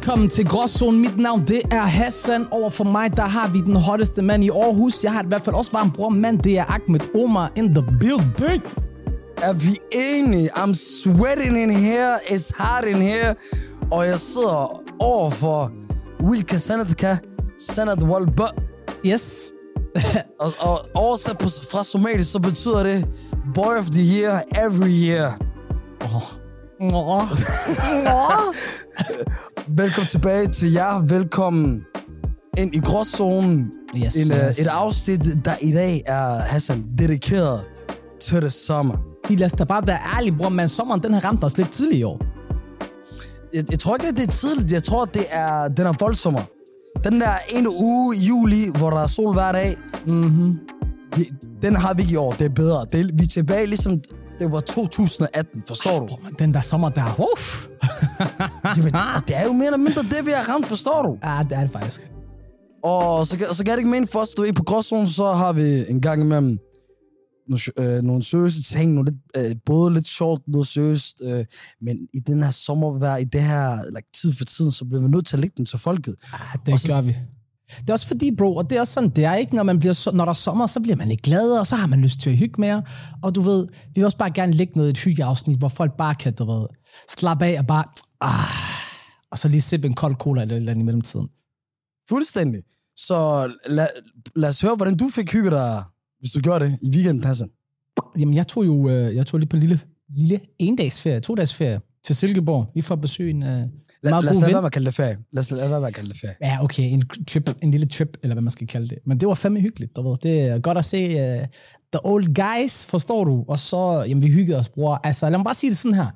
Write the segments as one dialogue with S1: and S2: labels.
S1: Velkommen til Gråzone. Mit navn, det er Hassan. Over for mig, der har vi den hotteste mand i Aarhus. Jeg har i hvert fald også varm bror mand. Det er Ahmed Omar in the building.
S2: Er vi enige? I'm sweating in here. It's hot in here. Og jeg sidder overfor Wilka Sanad Walba.
S1: Yes.
S2: og oversat fra somalisk, så betyder det Boy of the Year every year. Velkommen tilbage til jer. Velkommen ind i Gråzonen.
S1: Yes,
S2: Et afsnit, der i dag er, Hassan, dedikeret til det sommer.
S1: Lad os da bare være ærlige, bror, men sommeren, den har ramt os lidt tidligt i år.
S2: Jeg tror ikke, det er tidligt. Jeg tror, den er voldsommer. Den der ene uge i juli, hvor der er sol hver dag, den har vi ikke i år. Det er bedre. Vi er tilbage ligesom det var 2018, forstår du?
S1: Men den der sommer der,
S2: Jamen, det er jo mere eller mindre det, vi har ramt, forstår du?
S1: Ja, det er det faktisk.
S2: Og så kan det ikke mene for os, du er på Gråzonen, så har vi en gang imellem nogle seriøse ting, både lidt sjovt, noget seriøst, men i den her sommervejr, i det her tid for tiden, så bliver vi nødt til at lægge den til folket.
S1: Det gør vi. Det er også fordi, bro, og det er også sådan, det er ikke, når der er sommer, så bliver man lidt gladere, og så har man lyst til at hygge mere. Og du ved, vi vil også bare gerne lægge et hyggeafsnit, hvor folk bare kan, du ved, slappe af og bare, og så lige sippe en kold cola eller andet i mellemtiden.
S2: Fuldstændig. Så lad os høre, hvordan du fik hygget dig, hvis du gjorde det i weekenden, Hassan.
S1: Jamen, jeg tog lige på en lille endagsferie, 2-dagesferie til Silkeborg, lige for at besøge en meget god ven.
S2: Lad os lade være med at kalde det ferie.
S1: Ja, okay, en lille trip, eller hvad man skal kalde det. Men det var fandme hyggeligt, du ved. Det er godt at se the old guys, forstår du? Og så, jamen, vi hyggede os, bror. Altså, lad mig bare sige det sådan her.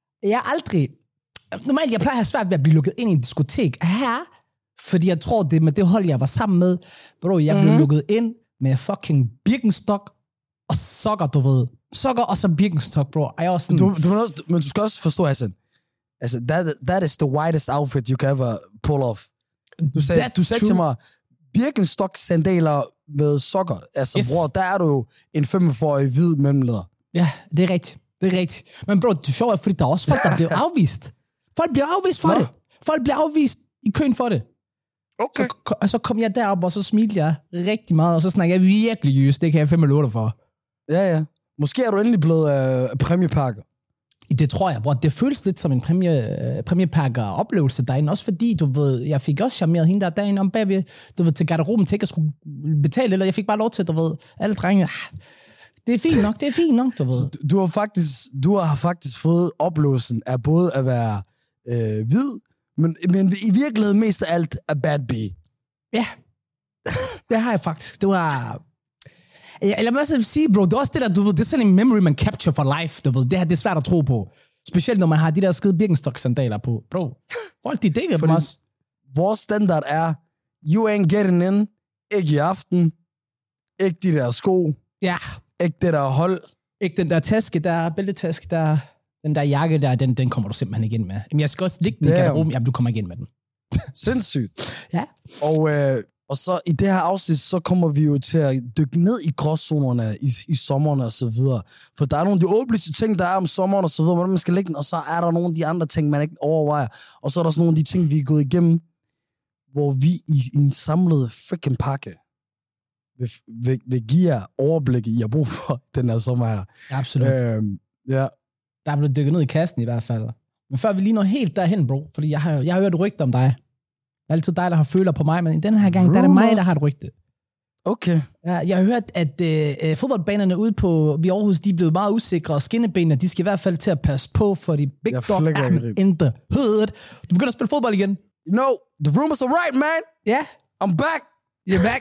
S1: Normalt, jeg plejer at have svært ved at blive lukket ind i en diskotek her, fordi jeg tror, det med det hold, jeg var sammen med, bro, jeg blev lukket ind med fucking Birkenstock og sokker, du ved. Sokker og så Birkenstock, bro. Jeg var sådan...
S2: Men du skal også forstå, Hassan. Altså, that is the widest outfit you can ever pull off. Du sagde til mig, Birkenstock-sandaler med sokker. Altså, yes. Bror, der er du jo en 45-årig hvid mellemleder.
S1: Ja, det er rigtigt. Men bro, det sjove er, fordi der er også folk, der bliver afvist. Folk bliver afvist for det. Folk bliver afvist i køen for det.
S2: Okay.
S1: Så kom jeg derop, og så smilte jeg rigtig meget, og så snakker jeg virkelig just. Det kan jeg 5 minutter for.
S2: Ja. Måske er du endelig blevet præmiepakker.
S1: Det tror jeg, bror. Det føles lidt som en præmiepakker-oplevelse derinde. Også fordi, du ved, jeg fik også charmeret hende der dagen om bagved, du ved, til garderoben, til ikke at skulle betale, eller jeg fik bare lov til, du ved, alle drenge. Det er fint nok, du ved.
S2: Du har faktisk fået oplevelsen af både at være hvid, men i virkeligheden mest af alt er bad bee.
S1: Ja, det har jeg faktisk. Det var... Lad mig også sige, bro, det er også det der, du ved, det er sådan en memory man capture for life, du ved. Det her, det er svært at tro på. Specielt når man har de der skide Birkenstock-sandaler på. Bro, folk, de dækker dem også.
S2: Vores standard er, you ain't getting in, ikke i aften, ikke de der sko, ikke det der hold.
S1: Ikke den der taske, der bæltetaske, der... Den der jakke der, den kommer du simpelthen ikke ind med. Jamen, jeg skal også ligge den i garderoben. Jamen, du kommer ikke ind med den.
S2: Sindssygt.
S1: Ja.
S2: Og så i det her afsnit, så kommer vi jo til at dykke ned i gråzonerne i sommeren og så videre. For der er nogle af de åbenlyse ting, der er om sommeren og så videre, hvordan man skal lægge den, og så er der nogle af de andre ting, man ikke overvejer. Og så er der også nogle af de ting, vi er gået igennem, hvor vi i en samlet freaking pakke vil give jer overblik i at bruge for den her sommer her.
S1: Absolut.
S2: Ja.
S1: Der er blevet dykket ned i kassen i hvert fald. Men før vi lige når helt derhen, bro, fordi jeg har hørt rygter om dig. Det er altid dig, der har føler på mig, men i den her gang, der er det mig, der har et rygte.
S2: Okay.
S1: Ja, jeg har hørt, at fodboldbanerne ude ved Aarhus, de er blevet meget usikre, og skinnebenene, de skal i hvert fald til at passe på, for de big dog in the hood. Du begynder at spille fodbold igen.
S2: No, the rumors are right, man.
S1: Ja.
S2: I'm back.
S1: You're back.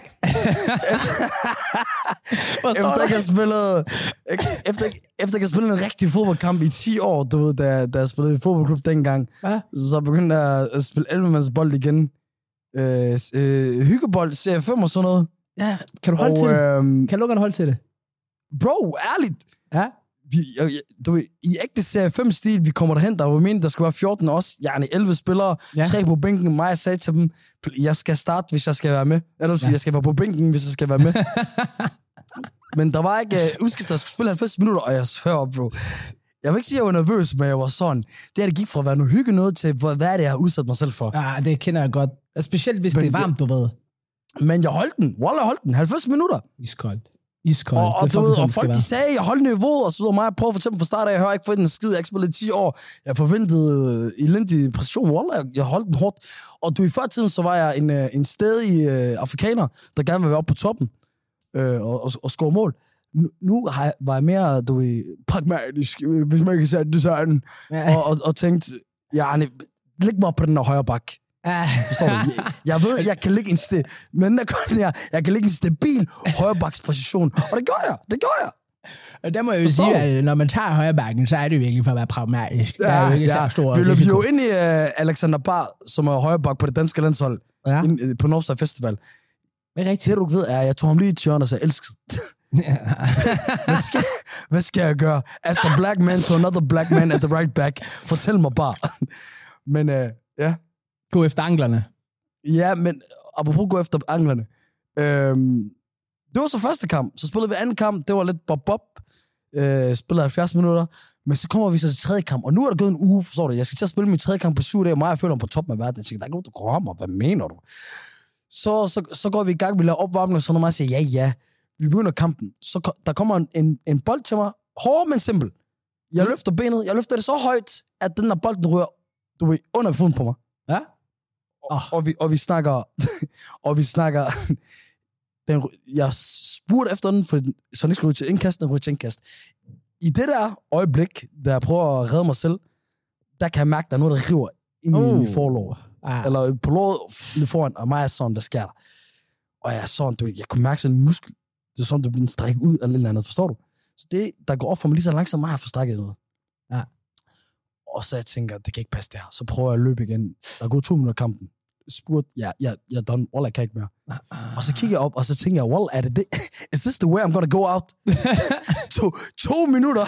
S2: Efter jeg spillede en rigtig fodboldkamp i 10 år, du ved, da jeg spillede i fodboldklub dengang, så begyndte jeg at spille 11-mandsbold igen. Hyggebold, serie 5 og sådan noget.
S1: Ja, kan du holde til det? Kan du godt holde til det?
S2: Bro, ærligt.
S1: Ja.
S2: Du ved, i ægte serie 5-stil, vi kommer derhen, der var meningen, der skulle være 14 også, 11 spillere, 3 på bænken, mig sagde til dem, jeg skal starte, hvis jeg skal være med. Eller jeg skal være på bænken, hvis jeg skal være med. Men der var ikke udskift, der skulle spille 90 minutter, og jeg svær op, bro. Jeg vil ikke sige, at jeg var nervøs, men jeg var sådan. Det gik fra at være noget hygge noget til, hvad er det, jeg har udsat mig selv for.
S1: Ja, det kender jeg godt. Specielt hvis det er varmt, du ved.
S2: Men jeg holdt den. Wallah, jeg holdt den. 90 minutter.
S1: Iskoldt.
S2: Og folk de sagde, jeg holdt niveauet, og så videre mig. Jeg prøvede for eksempel fra start af, jeg hører ikke for den skid, jeg ikke spillet i 10 år. Jeg forventede elendig præcision. Wallah, jeg holdt den hårdt. Og i førtiden, så var jeg en stedig afrikaner, der gerne ville være oppe på toppen og score mål. Nu var jeg mere, pragmatisk, hvis man kan sige det sådan, og tænkte, læg mig op på den her højre bak. Jeg ved, at jeg kan ligge jeg kan ligge en stabil højrebaksposition, og det gør jeg.
S1: Og der må jeg jo sige, at når man tager højrebakken, så er det virkelig for at være pragmatisk. Der er jo ikke så stor
S2: vi løb jo ind i Alexander Bar, som er højrebak på det danske landshold, på Northside Festival. Det du ved er, jeg tog ham lige i tjørnet, så jeg elskede. Hvad skal jeg gøre? As a black man to another black man at the right back. Fortæl mig bare. Men ja.
S1: Gå efter anglerne.
S2: Ja, men apropos gå efter anglerne. Det var så første kamp. Så spillede vi anden kamp. Det var lidt bob-bob. Spillede 70 minutter. Men så kommer vi så til tredje kamp. Og nu er der gået en uge, forstår du? Jeg skal til at spille min tredje kamp på 7 dage, og jeg føler mig på toppen af verden. Jeg tænker, der er ikke nogen, der kommer. Hvad mener du? Så går vi i gang. Vi laver opvarmning, og så når man siger, ja. Vi begynder kampen. Så der kommer en bold til mig. Hård, men simpel. Jeg løfter benet. Jeg løfter det så højt, at den der bolden rører under foden på mig.
S1: Ja?
S2: Og vi snakker... jeg spurgte efter den, for så ikke skulle til indkast, den ryger til indkast. I det der øjeblik, da jeg prøver at redde mig selv, der kan jeg mærke, at der er noget, der river ind i min forlov. Eller på låret foran, og mig er sådan, hvad sker der? Og jeg er sådan, jeg kunne mærke sådan en muskel. Det er sådan, det bliver strækket ud eller noget andet, forstår du? Så det, der går op for mig lige så langsomt, mig har forstrækket noget.
S1: Ja.
S2: Og så jeg tænker, det kan ikke passe det her. Så prøver jeg at løbe igen. Der går 2 minutter kampen. Spurgte, jeg er done. Wallah, jeg kan ikke mere. Og så kigger jeg op, og så tænker jeg, Wallah, er det? Is this the way I'm gonna go out? 2 minutter.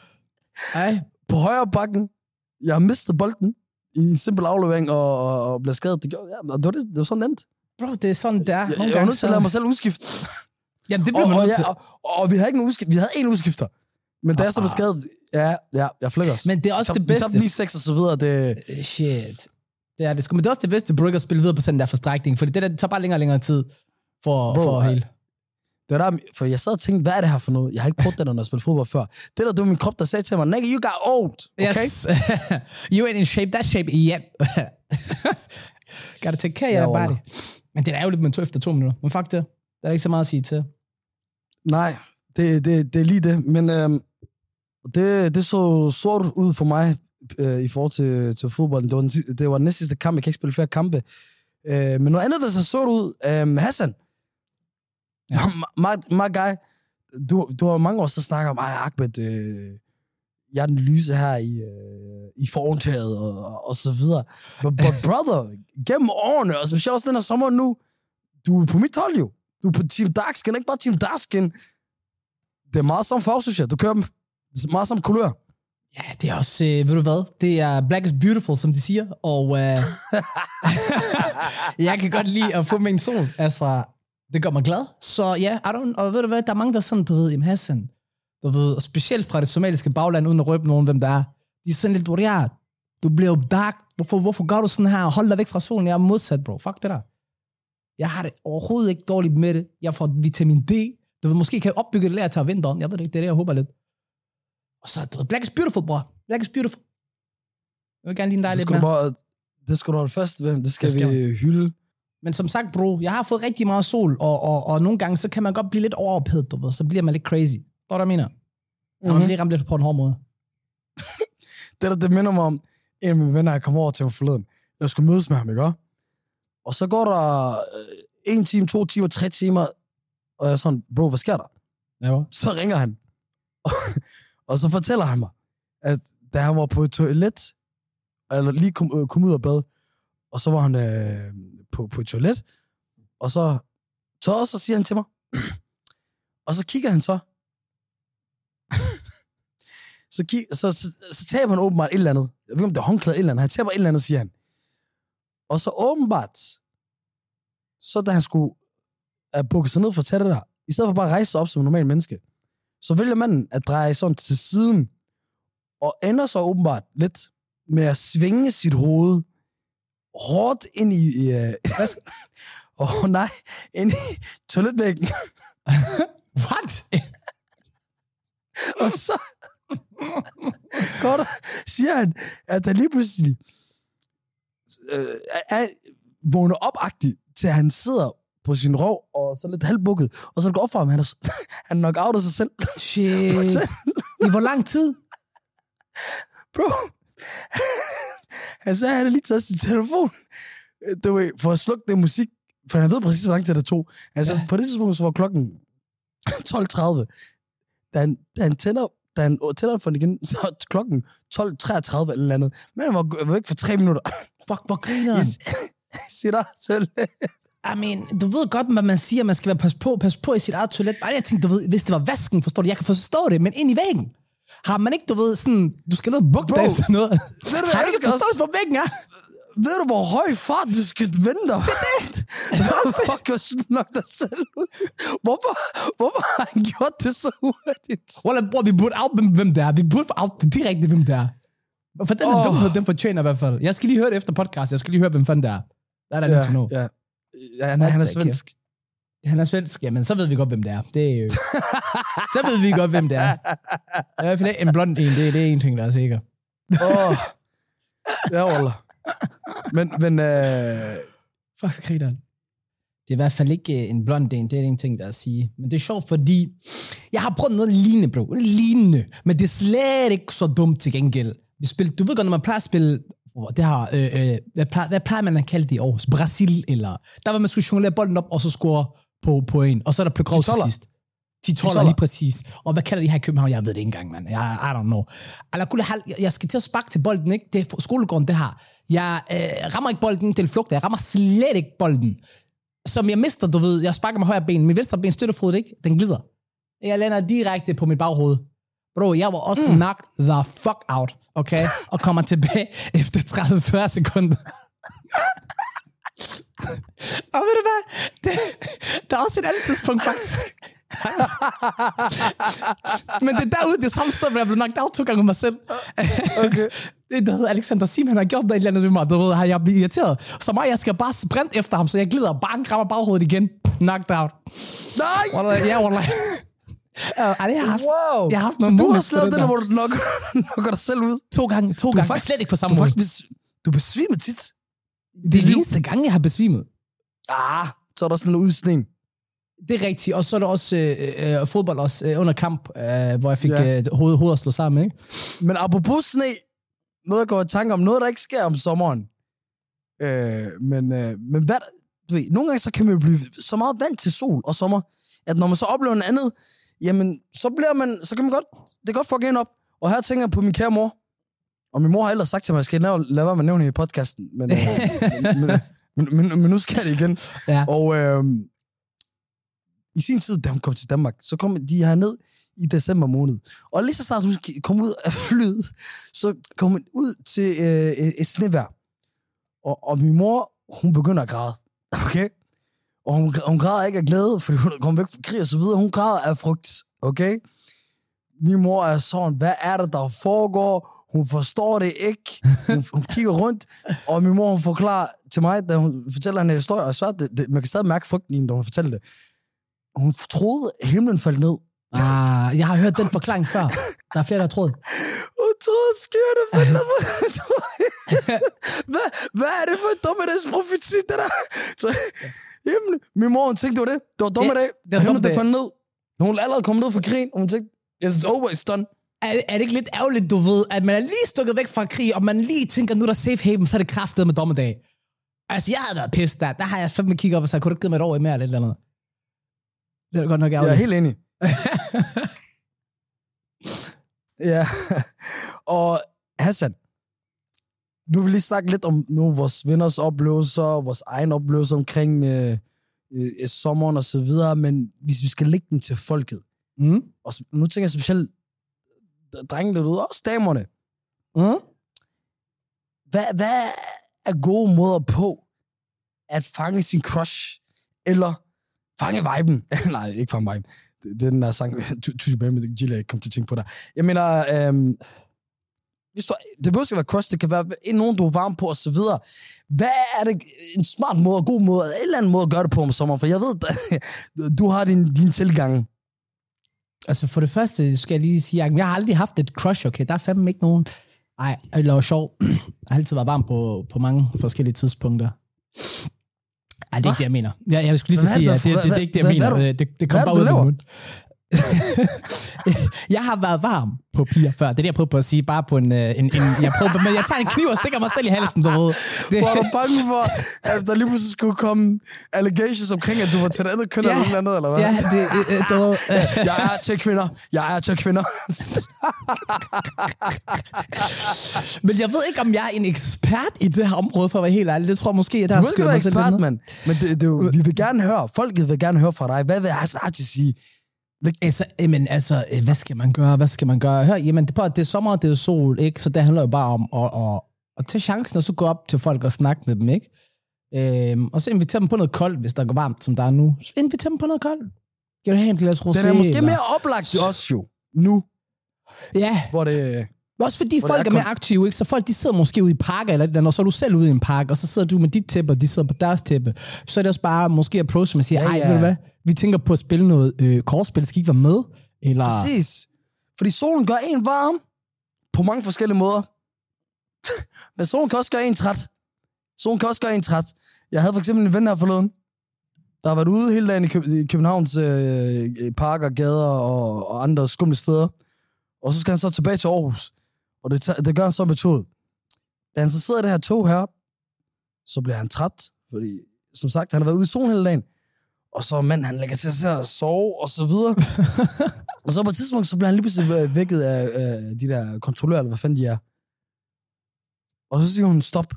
S2: På højre bakken. Jeg har mistet bolden i en simpel aflevering, og blev skadet. Det var sådan nemt.
S1: Bro, det er sådan, der.
S2: Jeg var nødt til at lade mig selv udskifte.
S1: Jamen, det blev man nødt til.
S2: Og vi havde ikke nogen vi havde en udskifter. Men da jeg så blev skadet, jeg flækker os.
S1: Men det er også det bedste.
S2: Vi tabte 9-6 og så videre.
S1: Shit. Det er det sgu. Men det er også det bedste, Brugge, at spille videre på sådan der forstrækning. Fordi det tager bare længere tid for hele.
S2: Det var der, for jeg sad og tænkte, hvad er det her for noget? Jeg har ikke prøvet det, når jeg spillede fodbold før. Det var min krop, der sagde til mig, nigga, you got old, okay?
S1: Yes. You ain't in shape, that shape, yep. Gotta take care of your body. Men det er jo lidt, man tog efter 2 minutter. Men fuck det. Der er ikke så meget at sige til.
S2: Nej, det er lige det. Men det så sort ud for mig i forhold til fodbolden. Det var den næste sidste kamp. Jeg kan ikke spille flere kampe. Men noget andet, der så sort ud. Hassan. Ja. My guy. Du har mange år så snakker om, Ahmed, jeg er den lyse her i forhåndtaget og så videre. But brother, gennem årene, og specielt også den her sommer nu, du er på mit hold jo. Du er på Team Darkskin, ikke bare Team Darkskin. Det er meget samme farve, synes jeg. Du kører dem. Det er meget samme kulør.
S1: Ja, det er også, ved du hvad? Det er black is beautiful, som de siger. Og jeg kan godt lide at få min sol. Altså, det gør mig glad. Så ja, og ved du hvad? Der er mange, der sådan, du ved, jamen Hassan, du ved, og specielt fra det somaliske bagland, uden at røbe nogen, hvem der er. De er sådan lidt, du bliver dark. Hvorfor gør du sådan her? Hold dig væk fra solen. Jeg er modsat, bro. Fuck det der. Jeg har det overhovedet ikke dårligt med det. Jeg får vitamin D. Du ved, måske kan jeg opbygge det lærer til vinteren. Jeg ved det ikke, det er det, jeg håber lidt. Og så, black is beautiful, bror. Black is beautiful. Jeg vil gerne lide dig lidt mere.
S2: Det skal du holde fast ved. Det skal vi hylde.
S1: Men som sagt, bro, jeg har fået rigtig meget sol, og nogle gange, så kan man godt blive lidt overophedet, du ved. Så bliver man lidt crazy. Hvad der mener? Jeg har lige ramt lidt på en hård måde.
S2: Det minder mig om, en af mine venner, jeg kom over til mig forleden. Jeg skulle mødes med ham, ikke? Og så går der 1 time, 2 timer, 3 timer, og jeg er sådan, bro, hvad sker der?
S1: Ja.
S2: Så ringer han. Og så fortæller han mig, at da han var på et toilet, eller lige kom ud af bad, og så var han på et toilet, og så siger han til mig, og så kigger han så, så taber han åbenbart et eller andet. Jeg ved ikke, om det er håndklæde et eller andet. Han taber et eller andet, siger han. Og så åbenbart, så da han skulle bukke sig ned for at tage det der, i stedet for bare at rejse sig op som en normal menneske, så vælger manden at dreje sådan til siden, og ender så åbenbart lidt med at svinge sit hoved hårdt ind i ind i toiletvæggen.
S1: What?
S2: Og så siger han, at der lige pludselig vågner op-agtigt, til at han sidder på sin rov, og så lidt halvbukket, og så går op for ham, han knock-outer sig selv.
S1: Shit. I hvor lang tid?
S2: Bro, han sagde, at han havde lige taget sin telefon, for at slukke den musik, for han ved præcis, hvor lang tid det tog. Altså, på det tidspunkt, så var klokken 12.30. Da han tænder for den igen, så er klokken 12.33 eller andet. Men han var væk for 3 minutter.
S1: Fuck, hvor griner han?
S2: Sig dig selv.
S1: I mean, du ved godt, hvad man siger, man skal være pas på i sit eget toilet. Ej, jeg tænkte, du ved, hvis det var vasken, forstår du, jeg kan forstå det, men ind i væggen. Har man ikke, du ved, sådan, du skal ned og bukke dig efter noget.
S2: Ved du,
S1: har du ikke forstået, hvor væggen er?
S2: Ved du, hvor høj fart du skal vende dig? Fuck, jeg nok dig selv ud. Hvorfor har han gjort det så hurtigt?
S1: Bror, vi burde out, hvem det er. Vi burde out direkte, hvem det er. For den er dumhed, den fortjener i hvert fald. Jeg skal lige høre det efter podcast. Jeg skal lige høre, hvem fanden det er. Der er der lige til nu.
S2: Ja. Han er svensk.
S1: Han er svensk, jamen så ved vi godt, hvem det er. Det er jo... så ved vi godt, hvem det er. I hvert fald en blond en, det er en ting, der er sikker.
S2: Ja, Ola. Men
S1: fuck, grineren. Det er i hvert fald ikke en blond en, det er en ting, der er at sige. Men det er sjovt, fordi jeg har prøvet noget lignende, bro. Lignende. Men det er slet ikke så dumt til gengæld. Du ved godt, når man plejer at spille det her, hvad plejer man at kalde det i Aarhus? Brasil, eller... Der var man skulle jonglere bolden op, og så score på en. Og så er der pløk til sidst. 10-12 lige præcis. Og hvad kalder de her i København? Jeg ved det ikke engang, mand. I don't know. Jeg skal til at sparke til bolden, ikke? Det er skolegården, det her. Jeg rammer ikke bolden til flugt. Jeg rammer slet ikke bolden. Som jeg mister, du ved. Jeg sparker med højre ben. Min venstre ben støtter fodet, ikke? Den glider. Jeg lander direkte på mit baghoved. Bro, jeg var også knocked the fuck out, okay? Og kommer tilbage efter 30-40 sekunder. Og ved du hvad? Der er også et andet tidspunkt, faktisk. Men det er derude, det er samme sted, hvor jeg blev knocked out 2 gange mig selv.
S2: Okay.
S1: Det hedder Alexander Sim, han har gjort noget et eller andet ved mig. Du ved, jeg bliver irriteret. Så jeg skal bare sprinte efter ham, så jeg glider og bare rammer baghovedet igen. Knocked out.
S2: Nej!
S1: Ja, wallah. Jeg har haft
S2: så du har slået den, hvor du knocker dig selv ud?
S1: 2 gange. Du er faktisk slet ikke på samme måde.
S2: Du besvimer tit.
S1: Det er den eneste gang, jeg har besvimet.
S2: Så er der sådan en udsning.
S1: Det er rigtigt. Og så er der også fodbold også, under kamp, hvor jeg fik hovedet slået sammen, ikke?
S2: Men apropos sne, noget jeg går i tanke om, noget der ikke sker om sommeren. Men hvad, du ved, nogle gange så kan man jo blive så meget vant til sol og sommer, at når man så oplever noget andet, jamen, så kan man godt, det er godt fuck ind op. Og her tænker jeg på min kære mor. Og min mor har ellers sagt til mig, at jeg skal lade være med at nævne i podcasten. Men nu skal det igen.
S1: Ja.
S2: Og i sin tid, da hun kom til Danmark, så kom de her ned i december måned. Og lige så snart hun kom ud af flyet, så kom hun ud til et snevejr. Og min mor, hun begynder at græde. Okay? Og hun græder ikke af glæde, fordi hun kom væk fra krig og så videre. Hun græder af frygt. Okay? Min mor er sådan, hvad er det, der foregår? Hun forstår det ikke. Hun kigger rundt, og min mor, hun forklarer til mig, da hun fortæller en historie, og så man kan stadig mærke frygten i hende, da hun fortæller det. Hun troede, at himlen faldt ned.
S1: Jeg har hørt den forklaring før. Der er flere, der har troet.
S2: Hun troede, at skyerne faldt ned. Hvad er det for en dommedagsprofeti, det der? Så himlen, min mor, hun tænkte, det var det. Det var dommedag. Himlen, der faldt ned. Hun er allerede kommet ned fra krigen, og hun tænkte, it's over, it's done.
S1: Er det ikke lidt ærgerligt, du ved, at man er lige stukket væk fra krig, og man lige tænker, nu er der safe haven, så er det kraftet med dommedag. Altså, jeg havde været pissed der. Der har jeg fandme kigget op og sagt, kunne du ikke give mig et år i mere eller et eller andet? Det er godt nok ærgerligt.
S2: Jeg er helt enig. Ja. Og Hassan, nu vil vi lige snakke lidt om vores venners oplevelser, vores egen oplevelser omkring sommeren og så videre, men hvis vi skal lægge den til folket, og nu tænker jeg specielt drengene derude, også damerne. Hvad er gode måder på at fange sin crush, eller fange viben? Nej, ikke fange viben. Det er den der sang, Tusind Bæmme, Gilles, jeg kom til at tænke på der. Jeg mener, det behøver ikke være crush, det kan være nogen, du er varm på, og så videre. Hvad er det en smart måde, en god måde, eller en eller anden måde at gøre det på om sommeren? For jeg ved, du har din tilgang.
S1: Altså for det første skal jeg lige sige, at jeg har aldrig haft et crush, okay? Der er fandme ikke nogen... Ej, jeg laver sjov. Jeg har altid været varm på mange forskellige tidspunkter. Ej, det er ikke det, jeg mener. Jeg skulle lige til at sige, at det er ikke det, jeg mener. Det kom bare ud af min mund. Jeg har været varm på piger før. Det er det, jeg prøver på at sige. Bare på en jeg tager en kniv og stikker mig selv i halsen, du ved.
S2: Var du bange for, at der lige pludselig skulle komme allegations omkring, at du var til det andet køn eller noget, eller hvad?
S1: Ja, du ved.
S2: Jeg er til kvinder.
S1: Men jeg ved ikke, om jeg er en ekspert i det her område, for at være helt ærlig. Det tror jeg måske, at der er skyldt mig selv.
S2: Du er ikke ekspert, mand. Men vi vil gerne høre. Folket vil gerne høre fra dig. Hvad vil Haji sige?
S1: Hvad skal man gøre? Hør, jamen, det er sommer, det er sol, ikke? Så det handler jo bare om at tage chancen, og så gå op til folk og snakke med dem, ikke? Og så invitere dem på noget koldt, hvis der går varmt, som der er nu. Så inviter dem på noget koldt. Giv det en glas rosé.
S2: Det er måske mere oplagt også jo, nu.
S1: Ja.
S2: Hvor det...
S1: Også fordi folk er mere aktive, ikke? Så folk, de sidder måske ude i parker eller noget, og så er du selv ude i en park, og så sidder du med dit tæppe, og de sidder på deres tæppe. Så er det også bare måske approach, man siger, ved du hvad? Vi tænker på at spille noget kortspil, skal I ikke være med? Eller...
S2: Præcis. Fordi solen gør en varm på mange forskellige måder. Men solen kan også gøre en træt. Jeg havde for eksempel en ven her forleden, der har været ude hele dagen i Københavns parker, gader og andre skumle steder. Og så skal han så tilbage til Aarhus. Og det gør han så med toget. Da han så sidder i det her tog her, så bliver han træt. Fordi, som sagt, han har været ude i solen hele dagen. Og så mand, han lægger til sig at sove, og så videre. Og så på et tidspunkt, så bliver han lige pludselig vækket af de der kontrollører, eller hvad fanden de er. Og så siger hun, stop.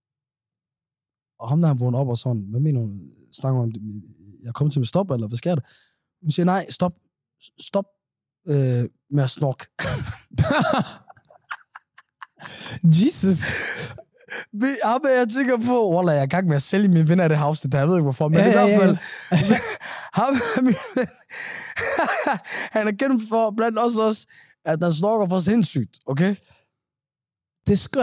S2: Og ham der, han vågner op og sådan, hvad mener hun? Snakker om, jeg kommer til med stop, eller hvad sker der? Hun siger, nej, stop med at snorke.
S1: Jesus.
S2: Jeg tænker på, Wallah, jeg er i gang med at sælge mine venner i det her afsnit, jeg ved ikke hvorfor, men i hvert fald, han er kendt for blandt os, at han snorker for sindssygt, okay?
S1: Det er skørt.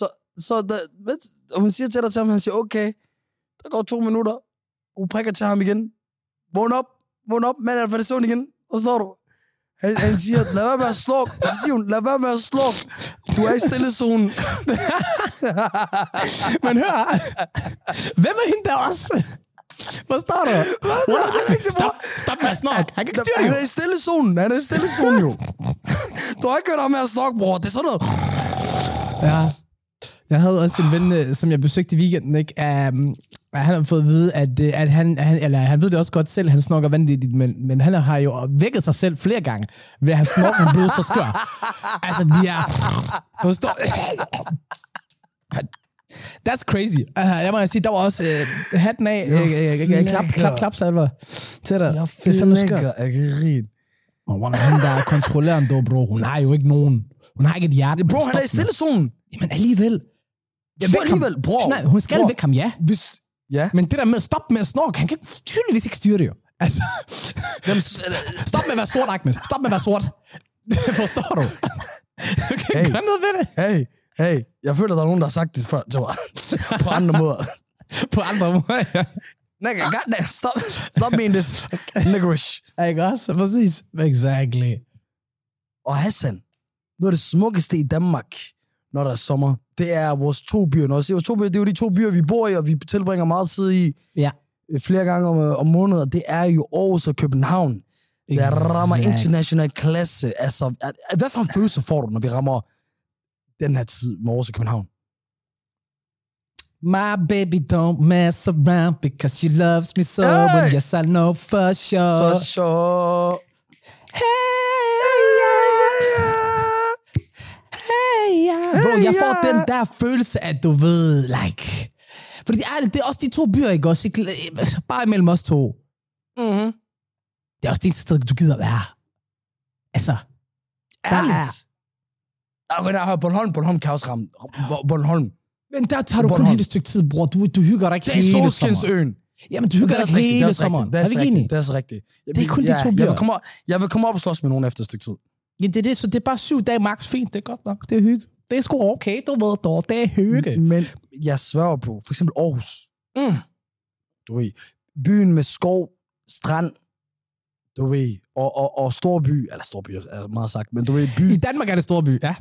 S2: Og hun siger til ham, han siger, okay, der går 2 minutter, hun prikker til ham igen, vågn op, mand, er for det sådan igen, og står du. Han siger, lad være med at slå. Og så siger hun, lad være med at slå. Du er i stillezonen.
S1: Men hør, hvem er hende der også? Forstår du? Stop med at snorke. Han kan ikke styre det.
S2: Han er i stillezonen. Jo. Du har ikke hørt ham med at snorke, bror. Det er sådan noget.
S1: Ja. Jeg havde også en ven, som jeg besøgte i weekenden, ikke? Han har fået at vide, at han ved det også godt selv, han snorker vanvittigt, men han har jo vækket sig selv flere gange, ved at han snorker blevet så skør. Altså, de er... That's crazy. Jeg må sige, der var også hatten af, klapsalver til dig.
S2: Jeg flækker af grin.
S1: Og han der er kontrolleren, dog, bro. Hun har jo ikke nogen. Hun har ikke et hjerte.
S2: Bro, han er i stillezonen.
S1: Jamen alligevel.
S2: Bror.
S1: Nej, hun skal væk ham, ja.
S2: Ja.
S1: Men det der med at stoppe med at snorke, han kan tydeligvis ikke styre det jo. Altså, stop med at være sort, Ahmed. Stop med at være sort. Forstår du? Du kan ikke gøre noget ved det.
S2: Hey. Jeg føler, der er nogen, der har sagt det før til mig. På andre måder.
S1: På andre måder, ja.
S2: Nigga, goddamn, stop being this niggerish.
S1: Ikke også? Præcis. Exactly.
S2: Og Hassan, noget af det smukkeste i Danmark, når der er sommer, det er vores 2 byer. Når jeg siger vores 2 byer, det er jo de 2 byer, vi bor i, og vi tilbringer meget tid i.
S1: Ja.
S2: Flere gange om måneden. Det er jo Aarhus og København. Der rammer international klasse. Altså, hvad for en følelse får du, når vi rammer den her tid med Aarhus og København?
S1: My baby don't mess around because she loves me so. But yes, I know for sure.
S2: For sure.
S1: Bro, jeg får den der følelse, at du ved, like... Fordi det er også de 2 byer, ikke også? Bare imellem os 2.
S2: Mm-hmm.
S1: Det er også det eneste sted, du gider være. Altså...
S2: Ærligt. Okay, der har Bornholm kan også ramme. Bornholm.
S1: Men der tager du kun helt et stykke tid, bror. Du hygger dig ikke hele sommeren. Det er
S2: Solskinsøen.
S1: Jamen, du hygger dig ikke hele sommeren.
S2: Det er så rigtigt.
S1: Det er kun de 2 byer.
S2: Jeg vil komme op og slås med nogen efter et stykke tid.
S1: Ja, det er det, så det er bare 7 dage max. Fint, det er godt nok. Det er hygge. Det er sgu okay, du ved, dog. Det er hygge.
S2: Men jeg sværger på, for eksempel Aarhus. Du ved, byen med skov, strand, du ved, og storby, eller storby er meget sagt, men du ved, by.
S1: I Danmark er det storby, ja.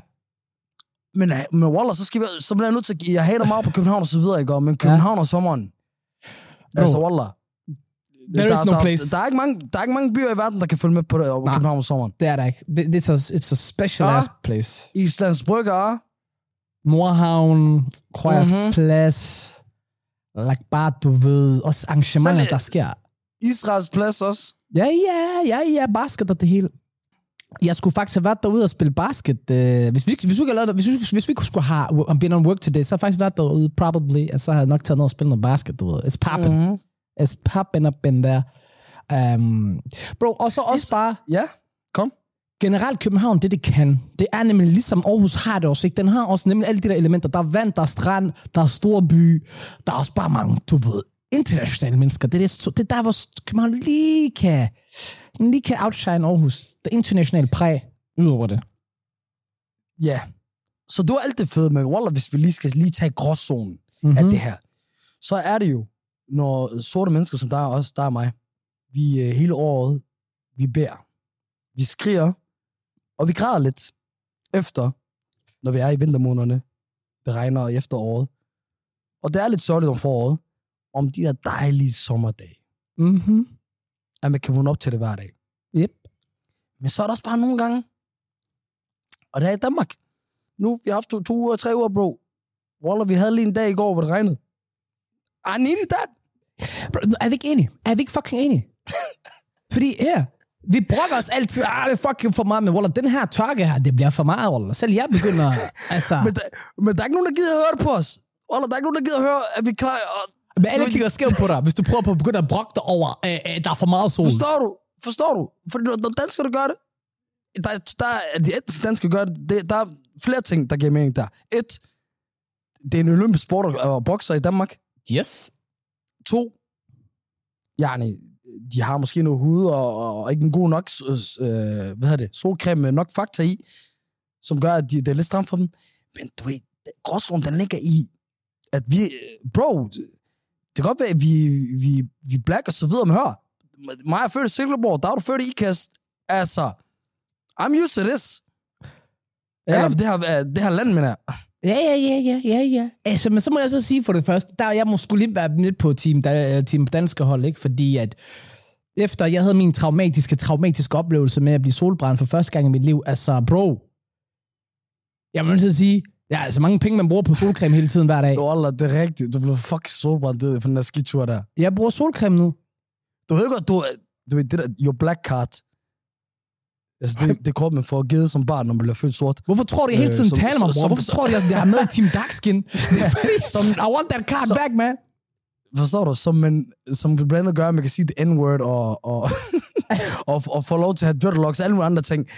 S2: Men Waller, så bliver jeg nødt til at give, jeg hater meget på København og så videre, ikke? Men København og sommeren, altså Waller.
S1: There is no place.
S2: Der er ikke mange byer i verden, der kan følge med på det over København og sommeren.
S1: Det er der ikke. It's a special ass place.
S2: Islands Brygge,
S1: Nordhavn, Krøyers Plads, like bare, du ved, også arrangementer, der sker.
S2: Israels Plads også.
S1: Ja, basket og det hele. Jeg skulle faktisk have været derude og spille basket. Hvis vi skulle have been on work today, så har jeg faktisk været derude, probably, og så har jeg nok taget noget og spille noget basket, du ved. It's poppin'. It's poppin' up in there. Bro, og så også bare...
S2: Ja, kom.
S1: Generelt København, det kan. Det er nemlig ligesom Aarhus har det også, ikke? Den har også nemlig alle de der elementer. Der er vand, der er strand, der er storby. Der er også bare mange, du ved, internationale mennesker. Det er der, hvor København lige kan outshine Aarhus. Det internationale præg udover det.
S2: Ja. Så du er alt det fede med, Wallah, hvis vi lige skal tage gråzonen af det her, så er det jo, når sorte mennesker som der er os, der er mig, vi hele året, vi beder, vi skriger, og vi græder lidt efter, når vi er i vintermånederne, det regner i efteråret, og det er lidt sørgeligt om foråret, om de der dejlige sommerdage, at man kan vågne op til det hver dag.
S1: Yep.
S2: Men så er der også bare nogle gange, og det er i Danmark, nu vi har haft 2 uger, 3 uger, bro, Wallah, vi havde lige en dag i går, hvor det regnede. I needed that.
S1: Bro, er vi ikke enige? Er vi ikke fucking enige? Fordi her, vi brokker os altid, det er fucking for meget, men Wallah, den her tørke her, det bliver for meget, Wallah. Selv jeg begynder, altså...
S2: men der er ikke nogen, der gider at høre det på os. Wallah, der er ikke nogen, der gider at høre, at vi klarer...
S1: Men alle kigger skævt på dig, hvis du prøver på at begynde at brokke dig over, der er for meget sol.
S2: Forstår du? Fordi når danskere gør det, de etniske danskere gør det, der er flere ting, der giver mening der. 1, det er en olympisk sport at bokse i Danmark.
S1: Yes.
S2: 2, de har måske noget hud og ikke en god nok solcreme med nok fakta i, som gør, at det er lidt stramt for dem. Men du ved, gråzonen, den ligger i, at vi, bro, det kan godt være, at vi black og så videre, men hør, mig er født i Silkeborg, der er du født i Ikast, altså, I'm used to this. Ja. Eller det her land, mener jeg.
S1: Ja. Altså, men så må jeg så sige for det første, der jeg må skulle lige være lidt på team danske hold, ikke? Fordi at efter jeg havde min traumatiske oplevelse med at blive solbrændt for første gang i mit liv, altså, bro, jeg må nødt til at sige, ja, altså mange penge, man bruger på solcreme hele tiden hver dag.
S2: Wallah, det er rigtigt. Du bliver fucking solbrændt død for den der skitur der.
S1: Jeg bruger solcreme nu.
S2: Du ved godt, du ved, det der, your black card, altså det kort, man får givet som barn, når man bliver født sort.
S1: Hvorfor tror du, jeg hele tiden taler mig, bror? Hvorfor tror du, jeg har med i Team Darkskin? I want that card back, man.
S2: Forstår du? Som blandt andet gør, at man kan sige det N-word og få lov til at have dreadlocks og alle mulige andre ting.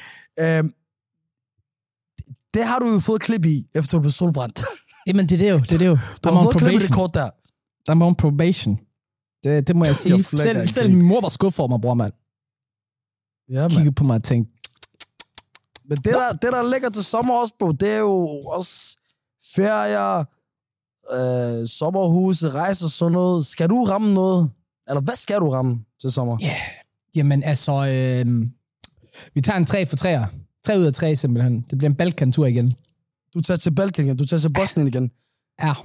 S2: Det har du jo fået klip i, efter du blev solbrændt.
S1: Jamen, det er jo.
S2: Du har fået klip i det kort der.
S1: I'm on probation. Det må jeg sige. Selv min mor var skuffet for mig, bror, mand.
S2: Ja, man.
S1: Kiggede på mig og tænkte...
S2: Men det der ligger til sommer også, bro, det er jo også ferier, sommerhuse, rejser, sådan noget. Skal du ramme noget? Eller hvad skal du ramme til sommer?
S1: Ja, jamen altså... vi tager en 3 for 3'er. 3 ud af 3 simpelthen. Det bliver en Balkan-tur igen.
S2: Du tager til Balkan igen. Du tager til Bosnien igen.
S1: Ja.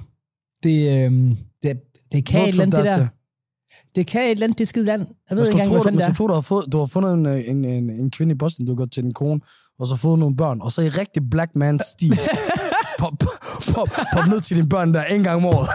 S1: Det kan et eller andet, det der. Det kan et eller andet, det skide land. Jeg ved ikke engang, hvad fanden det er.
S2: Du har fundet en kvinde i Bosnien, du har gået til din kone, og så fået nogle børn, og så i rigtig black man-stil. Pop ned til dine børn der en gang om året.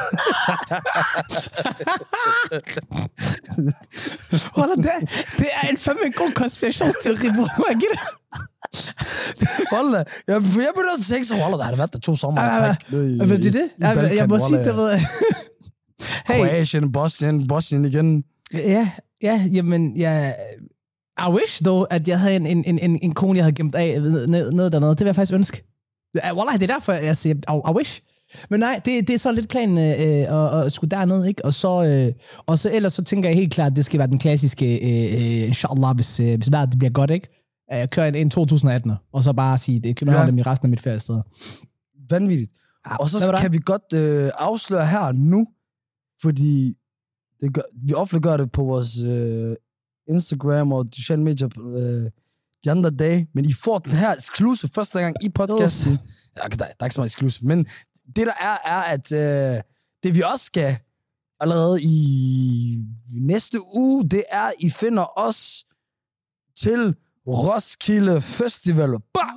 S1: Det er en fandme god konspirationsteori, hvor jeg giver det.
S2: Hold da. Jeg begynder også at tænke så, der har det været der 2 sommer at trække.
S1: Men det er det. Jeg må sige, det ved jeg.
S2: Kroatien, Bosnien igen.
S1: Ja, jamen, I wish, though, at jeg havde en kone, jeg havde gemt af ned dernede. Det vil jeg faktisk ønske. Wallah, det er derfor, jeg siger, I wish. Men nej, det er så lidt planen at skulle derned, ikke? Og så ellers så tænker jeg helt klart, at det skal være den klassiske, inshallah, hvis vejret det bliver godt, ikke? Jeg kører en 2018'er, og så bare sige, det kan man holde dem i resten af mit feriested.
S2: vanvittigt.
S1: Ja,
S2: og så kan vi godt afsløre her nu, fordi vi offentliggør det på vores Instagram og sociale medier de andre dage, men I får den her exclusive første gang i podcasten. Ja, der er ikke så meget exclusive, men det der er at det vi også skal allerede i næste uge, det er, I finder os til Roskilde Festival.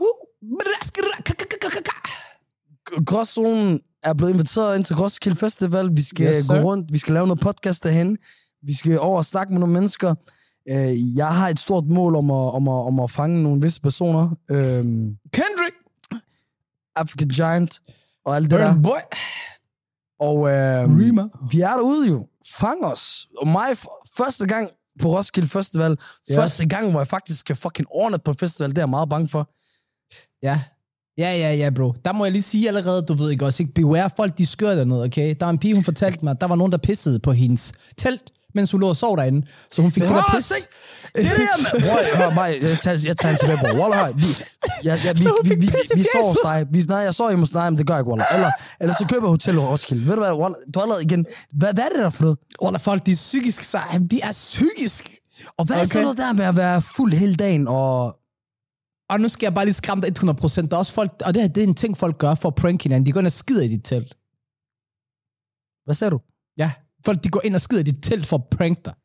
S2: Gråzonen er blevet inviteret ind til Roskilde Festival. Vi skal gå rundt, vi skal lave noget podcast derhen. Vi skal over og snakke med nogle mennesker. Jeg har et stort mål om at fange nogle visse personer.
S1: Kendrick!
S2: African Giant og alt det der.
S1: Boy.
S2: Og vi er derude jo. Fang os. Og mig første gang på Roskilde Festival. Første gang, hvor jeg faktisk skal fucking ordne på festival. Det er jeg meget bange for.
S1: Ja, bro. Der må jeg lige sige allerede, du ved ikke også, ikke? Beware, folk de skør dernede, okay? Der var en pige, hun fortalte mig, at der var nogen, der pissede på hendes telt, mens hun lå og sov derinde. Så hun fik det der pis.
S2: Det er det her, hør mig. Jeg tager en tilbage, bro. Wallah, vi sover hos dig. Nej, jeg sover hjemme hos dig, men det gør jeg ikke, Wallah. Eller så køber jeg hotel i Roskilde. Ved du hvad, Wallah? Du har allerede igen. Hvad er det der for noget?
S1: Wallah, folk, de er psykisk seje. De er psykisk.
S2: Og hvad er så noget der med at være fuld hele dagen
S1: Og nu skal jeg bare lige skræmme dig 100%. Der er også folk, og det er en ting, folk gør for at prank hinanden. De går ind og skider i dit telt.
S2: Hvad sagde du?
S1: Ja, folk de går ind og skider i dit telt for at prank dig.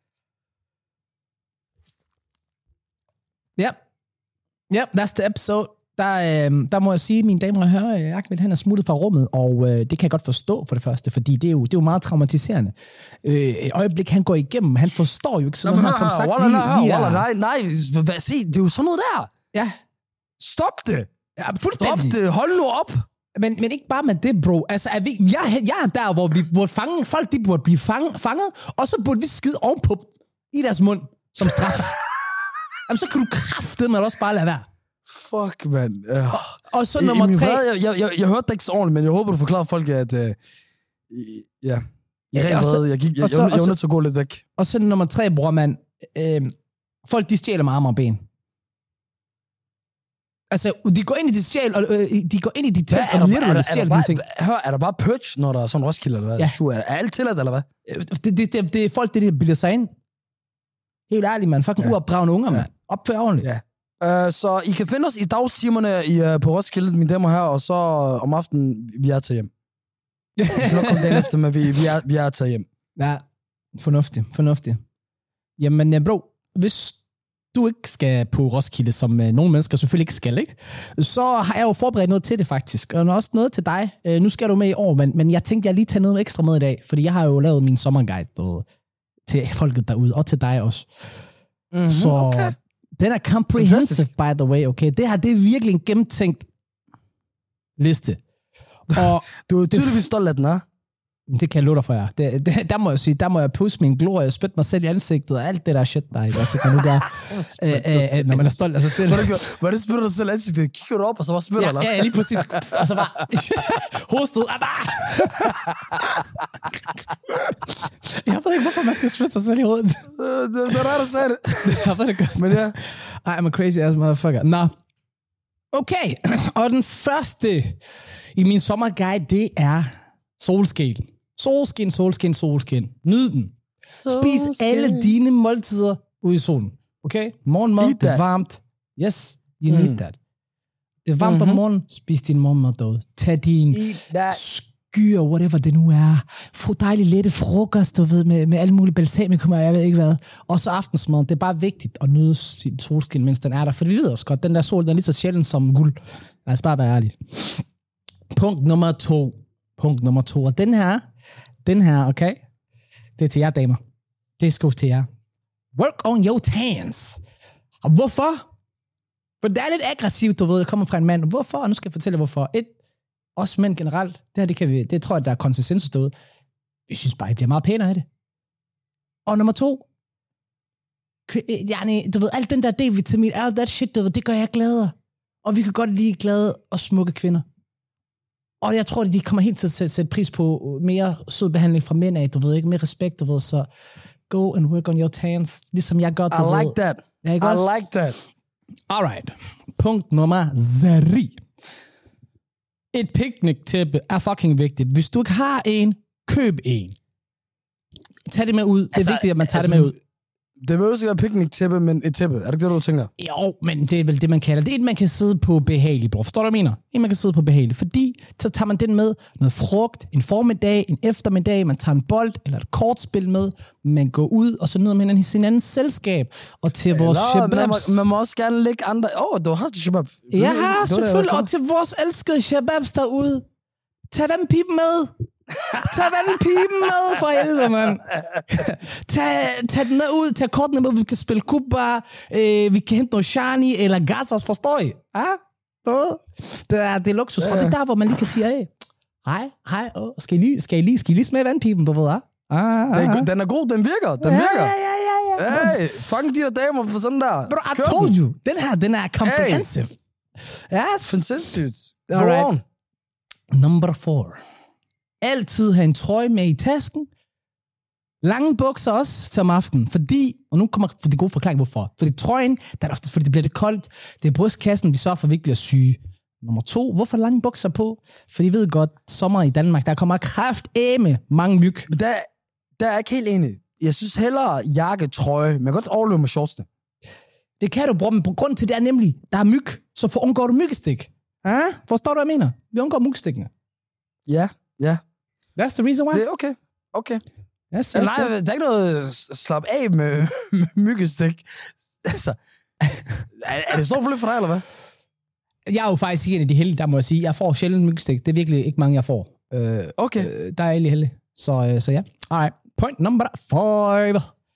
S1: Ja, that's the episode. Der må jeg sige, mine damer og herrer, Ahmed, han er smuttet fra rummet, og det kan jeg godt forstå for det første, fordi det er jo meget traumatiserende. Øjeblik, han går igennem, han forstår jo ikke sådan noget her, som sagt.
S2: Nej, se, det er jo sådan noget der.
S1: Ja.
S2: Stop det!
S1: Ja, fuldstændig.
S2: Stop det, hold nu op!
S1: Men ikke bare med det, bro. Altså, jeg er der, hvor vi burde fange folk, de burde blive fanget, og så burde vi skide ovenpå i deres mund som straf. Jamen, så kan du kraftedeme også bare lade være.
S2: Fuck, man.
S1: Og så nummer 3...
S2: Jeg hørte det ikke så ordentligt, men jeg håber, du forklarer folk, at... jeg er nødt til at gå lidt væk.
S1: Og så nummer 3, bror, man. Folk, de stjæler med arme og ben. Altså, de går ind i dit stjæl, og de går ind i dit telt, og literally stjæler de ting.
S2: Hør, er der bare purge, når der er sådan Roskilde, eller hvad?
S1: Ja.
S2: Er alt tilladt, eller hvad?
S1: Det er folk, der bilder sig ind. Helt ærligt, man. Fucking uopdragende unger, man. Opfør ordentligt.
S2: Ja. Så I kan finde os i dagstimerne på Roskilde, mine damer her, og så om aftenen, vi er til hjem. Vi skal nok komme dagen efter, men vi er til hjem.
S1: Ja, fornuftigt. Jamen, bro, hvis du ikke skal på Roskilde, som nogle mennesker selvfølgelig ikke skal, ikke? Så har jeg jo forberedt noget til det, faktisk. Og også noget til dig. Nu skal du med i år, men jeg tænkte, jeg lige tage noget ekstra med i dag, fordi jeg har jo lavet min sommerguide til folket derude, og til dig også.
S2: Mm-hmm,
S1: så
S2: okay.
S1: Den er comprehensive, by the way, okay? Det her, det er virkelig en gennemtænkt liste. Og
S2: du er tydeligvis stolt af den, her.
S1: Det kan jeg love dig for jer. Der må jeg sige, der må jeg pusse min glorie, spytte mig selv i ansigtet, og alt det der shit, der ikke også kan nu gøre, når man er stolt af sig selv.
S2: Var det spytter dig selv i ansigtet? Kigger du op, og så bare spytter dig?
S1: Ja, lige præcis. Og så bare hostet. Jeg ved ikke, hvorfor man skal spytte sig selv i hovedet.
S2: Det er dig, der sagde det.
S1: Jeg ved det godt.
S2: Men ja.
S1: I'm a crazy ass motherfucker. Nå. Okay, og den første i min sommerguide, det er solskin. Solskin. Nyd den. Spis alle dine måltider ude i solen. Okay? Morgenmad, det er varmt. Yes, you need that. Det er varmt om morgenen, spis din morgenmad derude. Tag din skyr, whatever det nu er. Få dejlig lette frokost, du ved, med alle mulige balsamikum, jeg ved ikke hvad. Og så aftensmad. Det er bare vigtigt at nyde sin solskin, mens den er der. For vi ved også godt, den der sol, den er lige så sjældent som guld. Lad os bare være ærlige. Punkt nummer 2. Og den her, okay? Det er til jer, damer. Det er sgu til jer. Work on your tans. Og hvorfor? For det er lidt aggressivt, du ved, jeg kommer fra en mand. Hvorfor? Og nu skal jeg fortælle hvorfor. Os mænd generelt, det tror jeg, der er konsensus derude. Vi synes bare, I bliver meget pænere af det. Og nummer 2. Du ved, alt den der D-vitamin, all that shit, du ved, det gør jeg gladere. Og vi kan godt lide glade og smukke kvinder. Og jeg tror, de kommer helt til at sætte pris på mere sød behandling fra mænd af, du ved, ikke? Mere respekt, du ved, så go and work on your tans, ligesom jeg gør, du ved.
S2: I like that.
S1: Ja,
S2: I like that.
S1: Alright. Punkt nummer 3. Et picnic-tæppe er fucking vigtigt. Hvis du ikke har en, køb en. Tag det med ud. Det er vigtigt, at man tager det med ud.
S2: Det vil også være picnic-tæppe, men et tæppe. Er det ikke det, du tænker?
S1: Jo, men det er vel det, man kalder. Det er et, man kan sidde på behageligt, bror. Forstår du, hvad jeg mener? En, man kan sidde på behageligt. Fordi så tager man den med noget frugt, en formiddag, en eftermiddag, man tager en bold eller et kortspil med, man går ud, og så nyder man i sin anden selskab. Og til vores shababs.
S2: Man må også gerne lægge andre... du har til shabab.
S1: Ja, selvfølgelig. Og til vores elskede shababs derude. Tag vandpipen med. Tag vandpipen med, for helvede, mand. Tag den med ud, tag kortene med, vi kan spille kubba, vi kan hente noget shani eller gassers, forstår I? Det er luksus, og det er der, hvor man lige kan sige af. Hej, skal I lige smage vandpipen, du ved,
S2: Den er god, den virker,
S1: Ja.
S2: Hey, fang de der damer for sådan der.
S1: Bro, I told you, den er comprehensive.
S2: Yes. Fantastisk.
S1: Go on. Number 4. Altid have en trøje med i tasken. Lange bukser også til om aftenen. Fordi, og nu kommer det gode forklaring, hvorfor. Fordi trøjen, der er ofte, fordi det bliver det koldt. Det er brystkassen, vi sørger for, at vi ikke bliver syge. Nummer 2, hvorfor lange bukser på? Fordi I ved godt, sommer i Danmark, der kommer kraftæme mange myg.
S2: Der er ikke helt enig. Jeg synes hellere jakke, trøje. Men jeg kan godt overleve med shortsene.
S1: Det kan du bruge, men på grund til det er nemlig, der er myg, så undgår du myggestik. Forstår du, hvad jeg mener? Vi undgår myggestikkene.
S2: Ja.
S1: That's the reason why.
S2: Det er okay.
S1: Yes.
S2: Nej, der er ikke noget slap af med myggestik. Altså, er det stort problem for dig, eller hvad?
S1: Jeg er jo faktisk ikke en af de heldige, der må jeg sige. Jeg får sjældent myggestik. Det er virkelig ikke mange, jeg får.
S2: Okay.
S1: Der er jeg heldig. Så ja. Alright. Point number 5.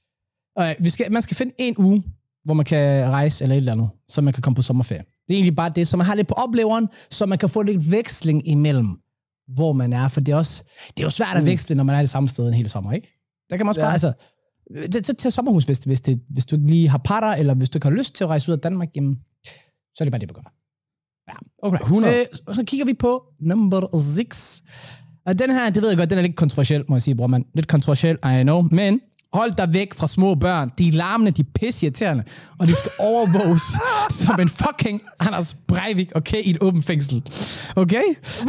S1: Man skal finde en uge, hvor man kan rejse eller et eller andet, så man kan komme på sommerferie. Det er egentlig bare det, så man har lidt på opleveren, så man kan få lidt veksling imellem, hvor man er. For det er jo svært at veksle, når man er det samme sted en hel sommer, ikke? Der kan man også bare, til sommerhus, hvis du ikke lige har parter, eller hvis du ikke har lyst til at rejse ud af Danmark, jamen, så er det bare det, man gør. Ja, okay. 100. Så kigger vi på number 6. Og den her, det ved jeg godt, den er lidt kontroversiel, må jeg sige, bror, man. Lidt kontroversiel, I know, men hold dig væk fra små børn. De er larmende, de er pisseirriterende, og de skal overvåges som en fucking Anders Breivik, okay, i et åbent fængsel. Okay?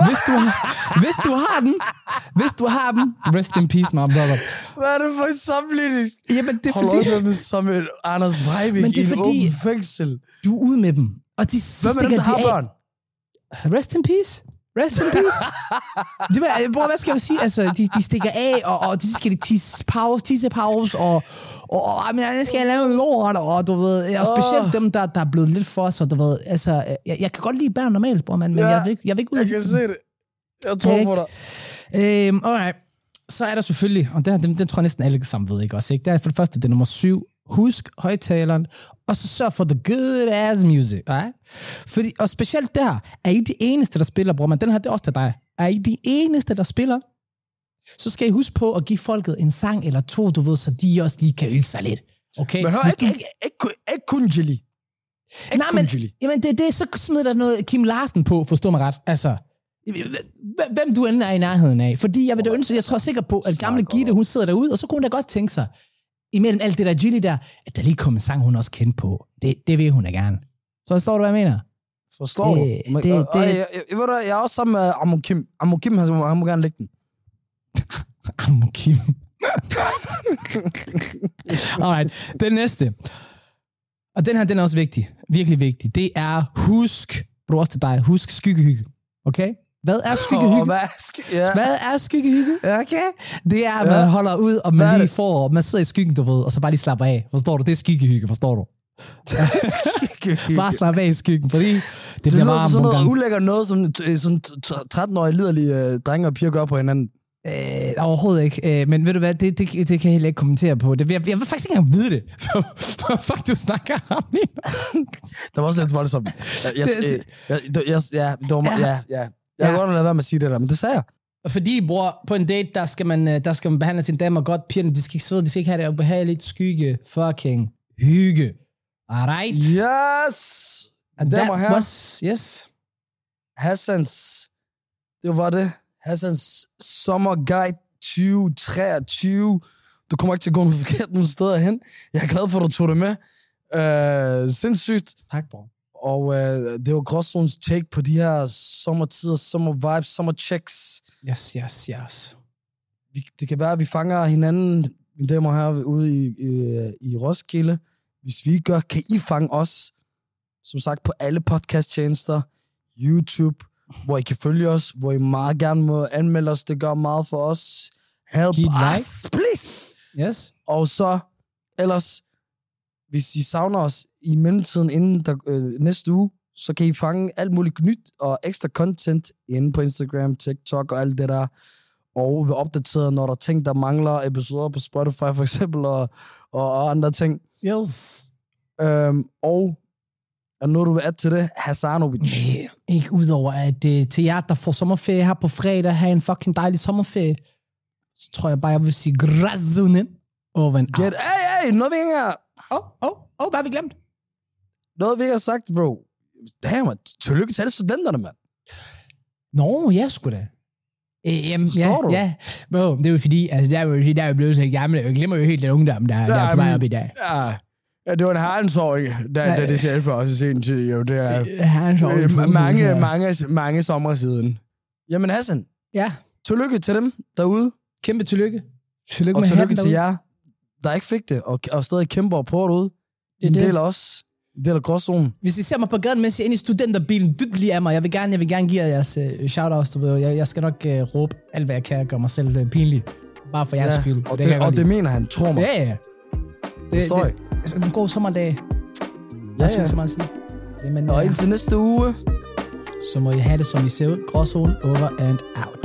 S1: Hvis du har dem, rest in peace, my brother.
S2: Hvad er det for en sammenligning?
S1: Jamen, det er
S2: fordi... Hold med som en Anders Breivik i et åbent fængsel.
S1: Du er ude med dem. Og de
S2: hvad med dem, der har børn?
S1: Rest in peace. Rest in peace. Bror, hvad skal jeg sige? Altså, de stikker af, og de skal tissepause, og jeg skal lave lort, og du ved, og specielt dem, der er blevet lidt for så du ved, altså, jeg kan godt lide børn normalt, bror, men jeg vil ikke ud af...
S2: Jeg kan se det. Jeg tror på dig.
S1: Alright. Så er der selvfølgelig, og den tror jeg næsten alle sammen ved, ikke også, ikke? Det er for det første, det er nummer 7. Husk højtaleren, og så sørg for the good ass music. Right? Fordi, og specielt der, er I de eneste, der spiller, bror, men den her, det er også til dig. Er I de eneste, der spiller, så skal I huske på at give folket en sang eller to, du ved, så de også lige kan øge sig lidt. Okay?
S2: Men hør, ikke kun Jilly.
S1: Jamen, det så smider der noget Kim Larsen på, forstå mig ret. Altså, hvem du end er i nærheden af. Fordi jeg vil da ønske, jeg tror sikkert på, at gamle Gitte, hun sidder derude, og så kunne hun da godt tænke sig, imellem alt det der Jilly der, at der lige kom en sang, hun også kendte på. Det vil hun da gerne. Så forstår du, hvad jeg mener?
S2: Forstår du? Jeg er også sammen med Amo Kim. Amo Kim, han må gerne lægge den.
S1: Amo Kim. Alright, den næste. Og den her, den er også vigtig. Virkelig vigtig. Det er husk, bror også til dig, husk skyggehygge. Okay? Hvad er skyggehygge? Hvad er skyggehygge? Okay. Det er, at man holder ud, og man lige får, man sidder i skyggen, du ved, og så bare lige slapper af. Forstår du? Det er skyggehygge, forstår du? Bare slap af i skyggen, fordi det bliver varmt.
S2: Det lyder sådan noget ulækkert noget, som sådan 13-årige liderlige drenge og piger gør på hinanden.
S1: Overhovedet ikke. Men ved du hvad, det kan jeg heller ikke kommentere på. Jeg vil faktisk ikke engang vide det. Fuck, du snakker om det.
S2: Der var også lidt voldsomt. Jeg kan godt lade være med at sige det der, men det sagde jeg.
S1: Fordi, bror, på en date, der skal man behandle sine damer godt. Pigerne, de skal ikke svede, de skal ikke have det ubehageligt skygge. Fucking hygge. Alright?
S2: Yes!
S1: And that was, yes.
S2: Hassans, det var det. Hassans sommerguide 2023. Du kommer ikke til at gå nogen steder hen. Jeg er glad for, at du tog det med. Sindssygt.
S1: Tak, bror.
S2: Og det var Gråzones take på de her sommertider, summer vibes, summer checks.
S1: Yes.
S2: Det kan være, at vi fanger hinanden, mine damer her, ude i Roskilde. Hvis vi gør, kan I fange os, som sagt, på alle podcasttjenester, YouTube, hvor I kan følge os, hvor I meget gerne må anmelde os. Det gør meget for os. Help us, please!
S1: Yes.
S2: Og så ellers, hvis I savner os i mellemtiden inden næste uge, så kan I fange alt muligt nyt og ekstra content inde på Instagram, TikTok og alt det der. Og være opdateret, når der er ting, der mangler, episoder på Spotify for eksempel, og andre ting.
S1: Yes.
S2: Og er noget, du vil adde til det? Hasanovic.
S1: Nej, ikke udover, at til jer, der får sommerferie her på fredag, have en fucking dejlig sommerferie, så tror jeg bare, jeg vil sige Gråzonen over en out.
S2: Hey, noget vi ikke har...
S1: hvad har vi glemt?
S2: Noget vi ikke har sagt, bro. Damn, tillykke til alle studenterne, mand.
S1: Nå, ja, sgu da.
S2: Forstår du?
S1: Ja. Bro, det er jo fordi, altså, der er jo blevet så gammel, jeg glemmer jo helt den ungdom, der er på vej op i dag.
S2: Ja, det var en herrensår, ikke? Da det selv for os i sen tid, jo. Det er mange sommer siden. Jamen Hassan,
S1: ja.
S2: Tillykke til dem derude.
S1: Kæmpe tillykke.
S2: Og tillykke til jer, der ikke fik det, og stadig kæmper og prøver derude. Det deler os. Det deler Gråzonen.
S1: Hvis I ser mig på gaden, mens jeg er inde i studenterbilen, dyt lige af mig. Jeg vil gerne give jer jeres shoutouts. Jeg skal nok råbe alt, hvad jeg kan, og gøre mig selv pinlig. Bare for jeres skyld.
S2: Og det mener han, tror mig.
S1: Ja. Det er en god sommerdag. Jeg synes så meget at sige. Jamen,
S2: og indtil næste uge,
S1: så må I have det, som I ser ud. Gråzone over and out.